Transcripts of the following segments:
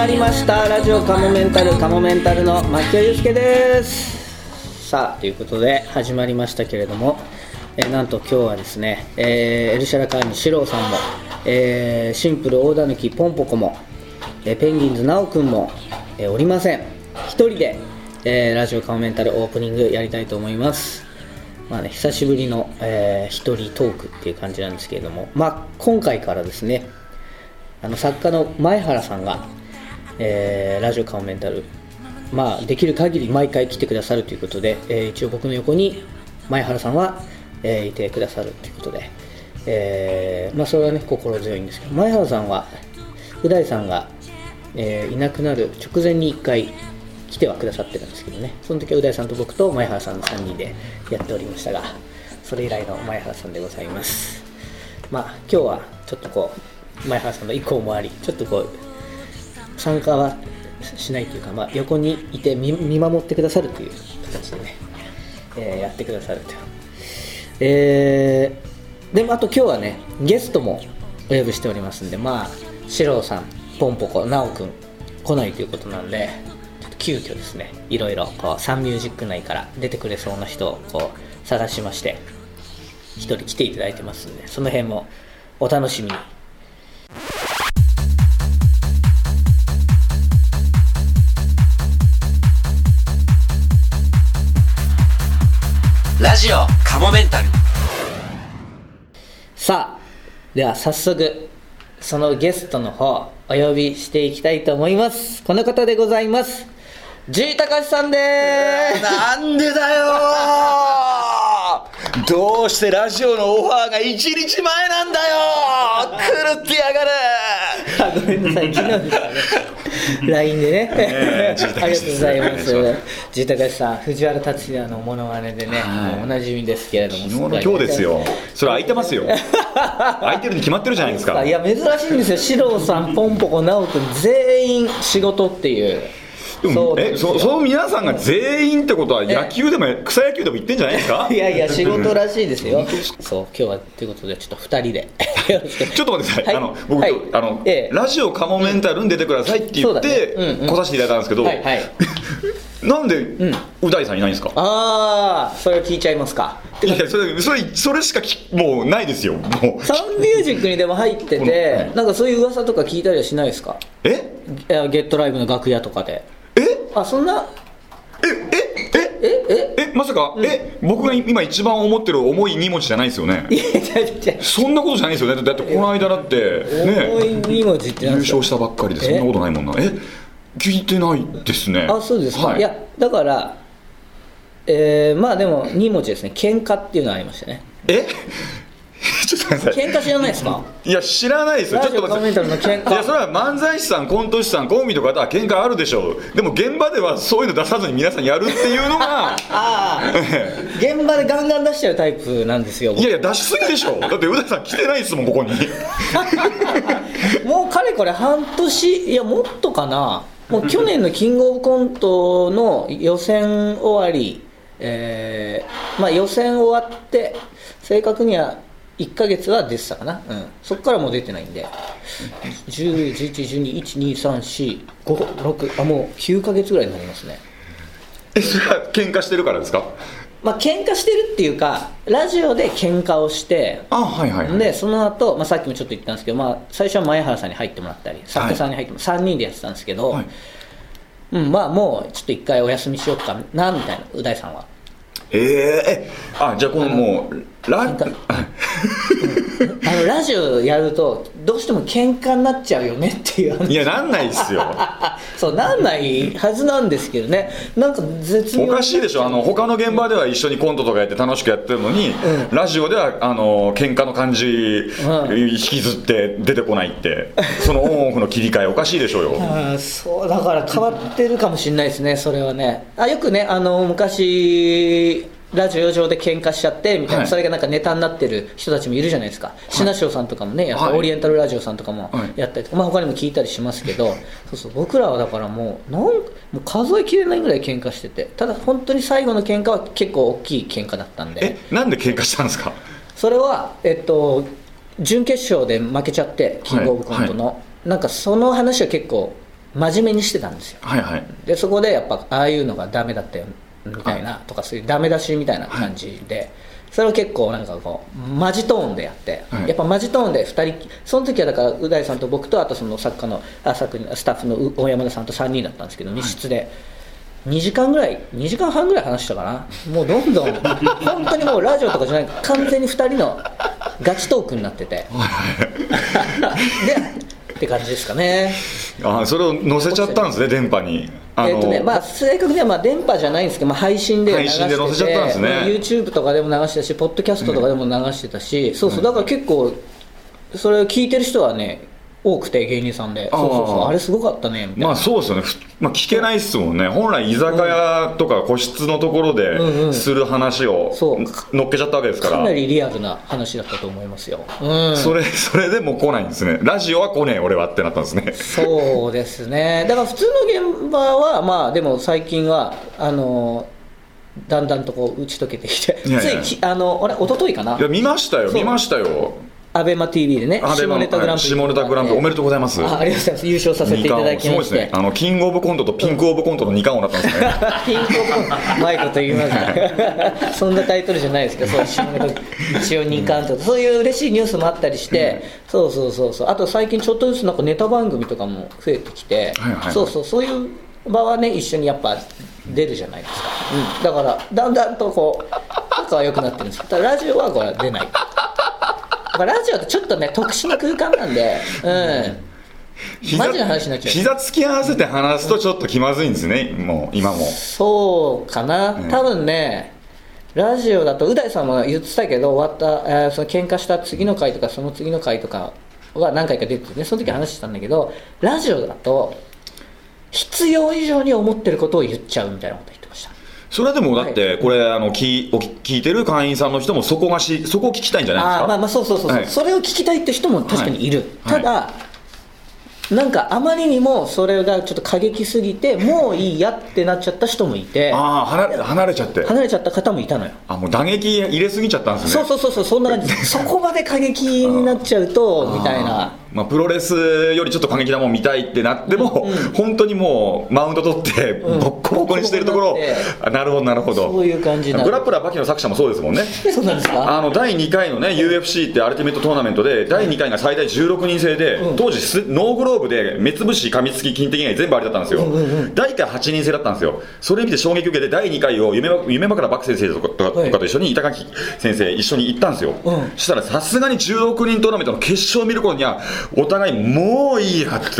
まりましたラジオカモメンタルの牧尾祐介です。さあということで始まりましたけれども、なんと今日はですね、エルシャラカーニシロウさんも、シンプル大狸ポンポコも、ペンギンズナオくんも、おりません。一人で、ラジオカモメンタルオープニングやりたいと思います。まあね、久しぶりの、一人トークっていう感じなんですけれども、今回からですね、作家の前原さんが、ラジオカモメンタル、できる限り毎回来てくださるということで、一応僕の横に前原さんは、いてくださるということで、それはね心強いんですけど、前原さんはう大さんが、いなくなる直前に1回来てはくださってるんですけどね、その時はう大さんと僕と前原さんの3人でやっておりましたが、それ以来の前原さんでございます。今日はちょっと前原さんの意向もあり、ちょっと参加はしないというか、横にいて 見守ってくださるという形でね、やってくださるという、でもあと今日はねゲストもお呼びしておりますんで、シロウさん、ポンポコ、ナオくん来ないということなんで、ちょっと急遽ですね、いろいろサンミュージック内から出てくれそうな人を探しまして、一人来ていただいてますんで、その辺もお楽しみに。 ラジオカモメンタル。 さあでは早速そのゲストの方お呼びしていきたいと思います。この方でございます。G隆さんでーす。 なんでだよー、どうしてラジオのオファーが1日前なんだよー、狂ってやがる。 ごめんなさい、昨日ですからねLINE でね、ありがとうございます。G隆さん、藤原竜也のモノマネでね、おなじみですけれども、 昨日の今日ですよ。それ空いてますよ空いてるに決まってるじゃないですか。 いや珍しいんですよ。シロウさん、ポンポコ、ナオくん全員仕事っていう。 そう皆さんが全員ってことは野球でも草野球でも言ってんじゃないですか。 いや仕事らしいですよそう今日はということでちょっと2人でちょっと待ってください、 はい、 僕、 はいラジオカモメンタルに出てくださいって言って、来させていただいたんですけど、なんでう大さんいないんですか。 それを聞いちゃいますか。 いやそれしかもうないですよ。もうサンミュージックにでも入ってて、なんかそういう噂とか聞いたりはしないですか。ゲットライブの楽屋とかで。そんなまさか、僕が今一番思ってる重い2文字じゃないですよね。 いやそんなことじゃないですよね。だってこの間だってね、 重い2文字って優勝したばっかりでそんなことないもんな。聞いてないですね。 そうですか。いやだからでも2文字ですね。喧嘩っていうのがありましたね。 ちょっと待ってください。 喧嘩知らないですか。 いや知らないですよ。 ラジオカモメンタルの喧嘩。 いやそれは漫才師さん、コント師さん、コンビの方は喧嘩あるでしょう。でも現場ではそういうの出さずに皆さんやるっていうのが現場でガンガン出しちゃうタイプなんですよ。 いや出しすぎでしょ。だってう大さん来てないですもんここにもうかれこれ半年、いやもっとかな。もう去年のキングオブコントの予選終わり、予選終わって正確には1ヶ月は出てたかな、そこからもう出てないんで、10、11、12、1、2、3、4、5、6、もう9ヶ月ぐらいになりますね。 それは喧嘩してるからですか。 喧嘩してるっていうか、ラジオで喧嘩をして、でその後、さっきもちょっと言ったんですけど、最初は前原さんに入ってもらったり、作家さんに入ってもらったり、3人でやってたんですけど、もうちょっと一回お休みしようかなみたいな、う大さんは。 じゃあこのもうラジオやるとどうしても喧嘩になっちゃうよねっていう話。 いやなんないっすよそうなんないはずなんですけどね。なんか絶妙おかしいでしょ。他の現場では一緒にコントとかやって楽しくやってるのに、ラジオでは喧嘩の感じ、引きずって出てこないってそのオンオフの切り替えおかしいでしょうよそうだから変わってるかもしれないですね。それはね、よくね昔ラジオ上で喧嘩しちゃってみたいな、それがなんかネタになってる人たちもいるじゃないですか。シナショウさんとかもねやったり、オリエンタルラジオさんとかもやったりとか、他にも聞いたりしますけど、僕らはだからもう数えきれないぐらい喧嘩してて、ただ本当に最後の喧嘩は結構大きい喧嘩だったんで。 なんで喧嘩したんですか。 それは準決勝で負けちゃって、キングオブコントの、なんかその話は結構真面目にしてたんですよ、 はいはい、 でそこでやっぱああいうのがダメだったよみたいなとか、そういうダメ出しみたいな感じで、はい、それを結構なんかこうマジトーンでやって、はい、やっぱマジトーンで2人、その時はだからう大さんと僕とあとそのスタッフの大山田さんと3人だったんですけど、密室で2時間半ぐらい話したかな。もうどんどん本当にもうラジオとかじゃない、完全に2人のガチトークになっててでって感じですかね。 それを載せちゃったんですね、電波に。 まあ、正確にはまあ電波じゃないんですけど、まあ、配信で流してて、 載せちゃったんですね。 YouTube とかでも流してたし、ポッドキャストとかでも流してたし、そうそうだから結構それを聞いてる人はね多くて、芸人さんで、あれすごかったねみたいな。 まあそうですよね、まあ、聞けないっすもんね。本来居酒屋とか個室のところでする話を乗っけちゃったわけですから、 かなりリアルな話だったと思いますよ、 それでも来ないんですね。ラジオは来ねえ俺はってなったんですね。 そうですね。だから普通の現場はまあでも最近はだんだんとこう打ち解けてきて、つい一昨日かな。 いや見ましたよアベマ TV でね、下ネタグランプリ、 下ネタグランプリおめでとうございます。 ありがとうございます。優勝させていただきまして、そうですね、キングオブコントとピンクオブコントの2冠王だったんですね。 ピンクオブコント、うまいこと言いますね。そんなタイトルじゃないですけど、そう下ネタ一応2冠と、そういう嬉しいニュースもあったりして、そうあと最近ちょっとずつなんかネタ番組とかも増えてきて、そういう場はね一緒にやっぱ出るじゃないですか、だからだんだんとこう仲は良くなってるんですけど、ラジオはこれ出ない。ラジオってちょっとね特殊な空間なんで、マジな話になっちゃう。 膝つき合わせて話すとちょっと気まずいんですね、もう今も。 そうかな、多分ね、ラジオだとう大さんも言ってたけど、終わった、その喧嘩した次の回とかその次の回とかは何回か出ててね、その時話してたんだけど、ラジオだと必要以上に思ってることを言っちゃうみたいなこと言ってました。 それはでもだってこれ聞いてる会員さんの人もそこを聞きたいんじゃないですか。 まあそう、はい、それを聞きたいって人も確かにいる、ただ、なんかあまりにもそれがちょっと過激すぎてもういいやってなっちゃった人もいて、 離れちゃった方もいたのよ。 もう打撃入れすぎちゃったんですね。 そうそんな感じ。そこまで過激になっちゃうとみたいな。 プロレスよりちょっと過激なもん見たいってなっても、本当にもうマウント取ってボッコボコにしてるところ、なるほど、 そういう感じなの。 グラップラーバキの作者もそうですもんね。 そうなんですか。 第2回のね UFC ってアルティメットトーナメントで第2回が最大16人制で、当時ノーグローブで目つぶし噛みつき筋的以外全部あれだったんですよ、第1回8人制だったんですよ。それ見て衝撃受けて第2回を夢枕漠先生とかと一緒に板垣先生一緒に行ったんですよ、そしたらさすがに16人トーナメントの決勝を見る頃にはお互いもういいやって、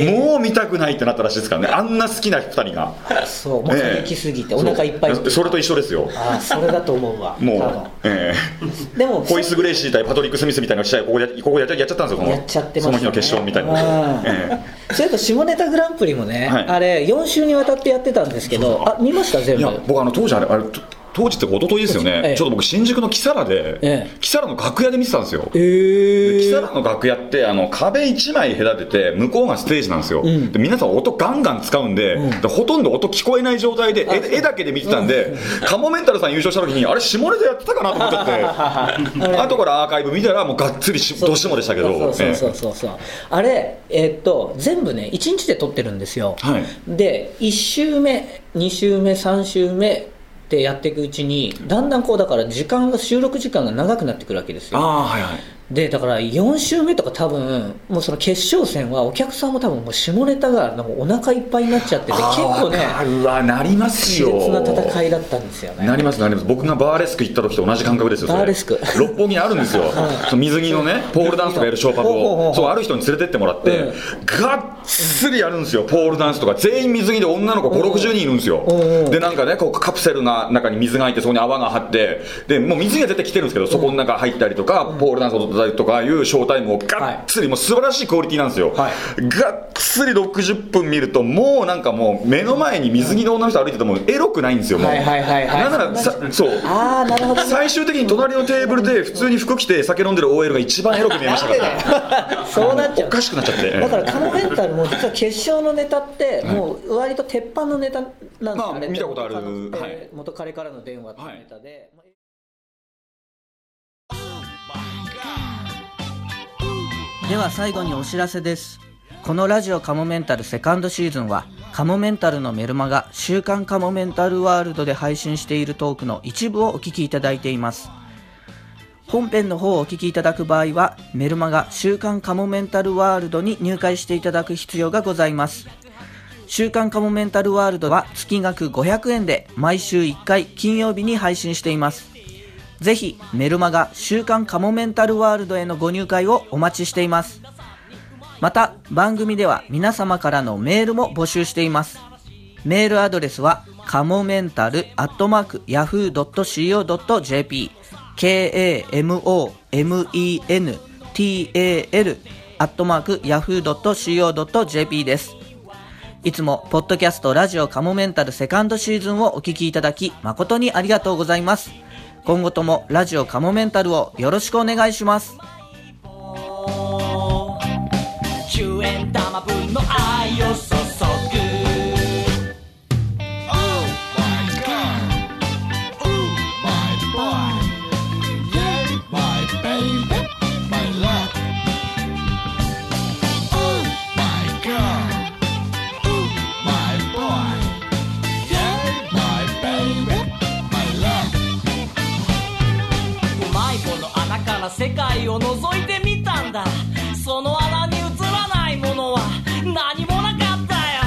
もう見たくないってなったらしいですからね。あんな好きな2人がそうもう過激すぎてお腹いっぱい、 それと一緒ですよ。 それだと思うわ。 もう、でもホイス・グレイシー対パトリック・スミスみたいな試合ここやっちゃったんですよ。 やっちゃってますね、 その日の決勝みたいな。 それと下ネタグランプリもね、あれ4週にわたってやってたんですけど、見ました全部。 いや僕当時あれ当時って一昨日ですよね、ちょっと僕新宿のキサラで、キサラの楽屋で見てたんですよ。キサラの楽屋って壁1枚隔てて向こうがステージなんですよ、で皆さん音ガンガン使うんで、ほとんど音聞こえない状態で絵だけで見てたんで、カモメンタルさん優勝した時にあれ下ネタやってたかなと思っちゃって後からアーカイブ見たらもうがっつりどうしてもでしたけど、 そうあれ全部ね1日で撮ってるんですよ、で1週目2週目3週目ってやっていくうちにだんだんこうだから収録時間が長くなってくるわけですよ。でだから4週目とか多分もうその決勝戦はお客さんも多分もう下ネタがお腹いっぱいになっちゃってて、結構ねなりますよ。 熾烈な戦いだったんですよね。 なります。僕がバーレスク行った時と同じ感覚ですよ。 バーレスク六本木にあるんですよ水着のねポールダンスとかやるショーパブをそうある人に連れてってもらって、がっつりやるんですよ。ポールダンスとか全員水着で女の子 5,60 人いるんですよ。でなんかねこうカプセルの中に水が入ってそこに泡が張って、でもう水着は絶対着てるんですけど、そこの中入ったりとかポールダンスを踊ったりとかいうショータイムをがっつり、もう素晴らしいクオリティなんですよ、がっつり60分見るともうなんかもう目の前に水着の女の人歩いててもエロくないんですよ。もうなんならそうなるほど、 最終的に隣のテーブルで普通に服着て酒飲んでる OL が一番エロく見えましたからそうなっちゃう、 おかしくなっちゃって。 だからカモメンタルも実は決勝のネタってもう割と鉄板のネタなんですよね。 見たことある元彼からの電話ってネタで、では最後にお知らせです。 このラジオカモメンタルセカンドシーズンはカモメンタルのメルマガ週刊カモメンタルワールドで配信しているトークの一部をお聞きいただいています。本編の方をお聞きいただく場合はメルマガ週刊カモメンタルワールドに入会していただく必要がございます。週刊カモメンタルワールドは月額500円で毎週1回金曜日に配信しています。ぜひメルマガ週刊カモメンタルワールドへのご入会をお待ちしています。また番組では皆様からのメールも募集しています。メールアドレスはカモメンタル@yahoo.co.jp kamomental@yahoo.co.jp です。いつもポッドキャストラジオカモメンタルセカンドシーズンをお聞きいただき誠にありがとうございます。今後ともラジオカモメンタルをよろしくお願いします。 10円玉分の愛を注ぐ。世界を覗いてみたんだ。その穴に映らないものは何もなかったよ。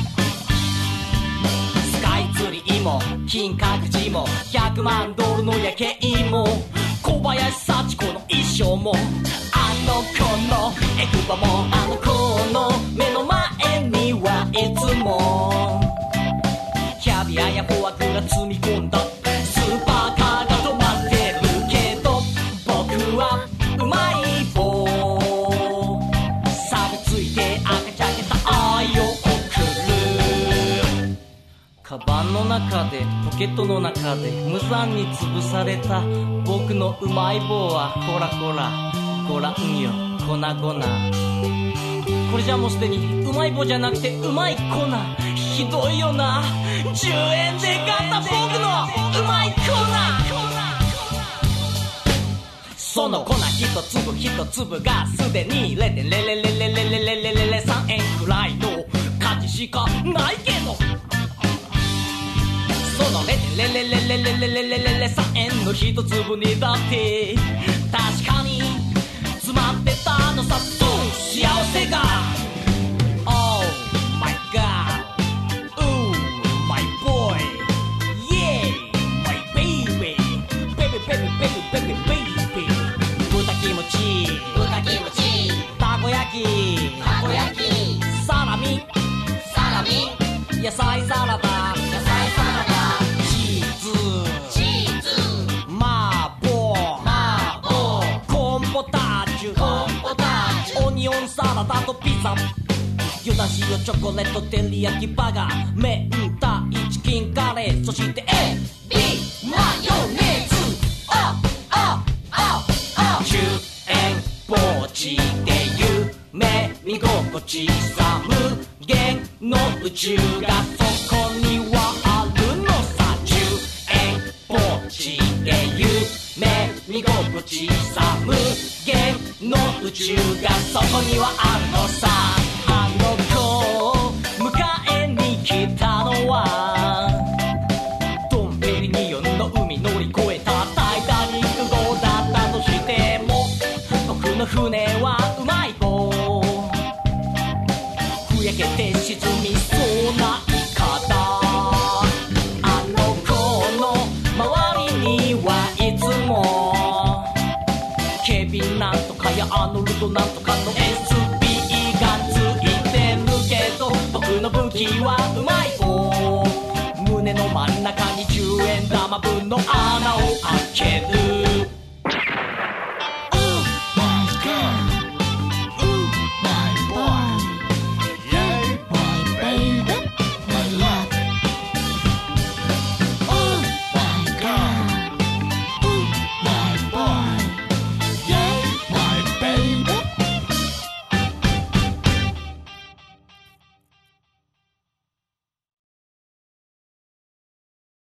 スカイツリーも金閣寺も100万ドルの夜景も小林幸子の衣装もあの子のエクバもあの子の目の前にはいつもキャビアやフォアグラ積み込んだスーパーカーが止まってるけどうまい棒錆びついて赤ちゃけた愛を送る。カバンの中でポケットの中で無残に潰された僕のうまい棒はこらこらごらんよ粉々。これじゃもうすでにうまい棒じゃなくてうまい粉。ひどいよな。10円で買った僕のうまい粉。その粉一粒一粒がすでに 0.00003 円くらいの価値しかないけど、その 0.00003 円の一粒にだって確かに詰まってたのさ。そう幸せが Oh my god Ooh my boy Yeah my baby Baby baby baby baby baby豚キムチたこ焼きサラミ野菜サラダチーズ麻婆コーンポタージュオニオンサラダとピザユダシオチョコレート照り焼きバーガー明太チキンカレーそしてエビマヨネーズ10円ポーチで夢見心地さ無限の宇宙がそこにはあるのさ。10円ポーチで夢見心地さ無限の宇宙がそこにはあるのさ。あの子を迎えに来たのはドンペリニオンの海乗り越えたタイタニック号だったとしても僕の船はうまい棒ふやけて沈みそうなイカだ。あの子の周りにはいつもケビンなんとかやアーノルドなんとかの SB がついてるけど僕の武器はうまい棒。胸の真ん中に10円玉分の穴を開ける。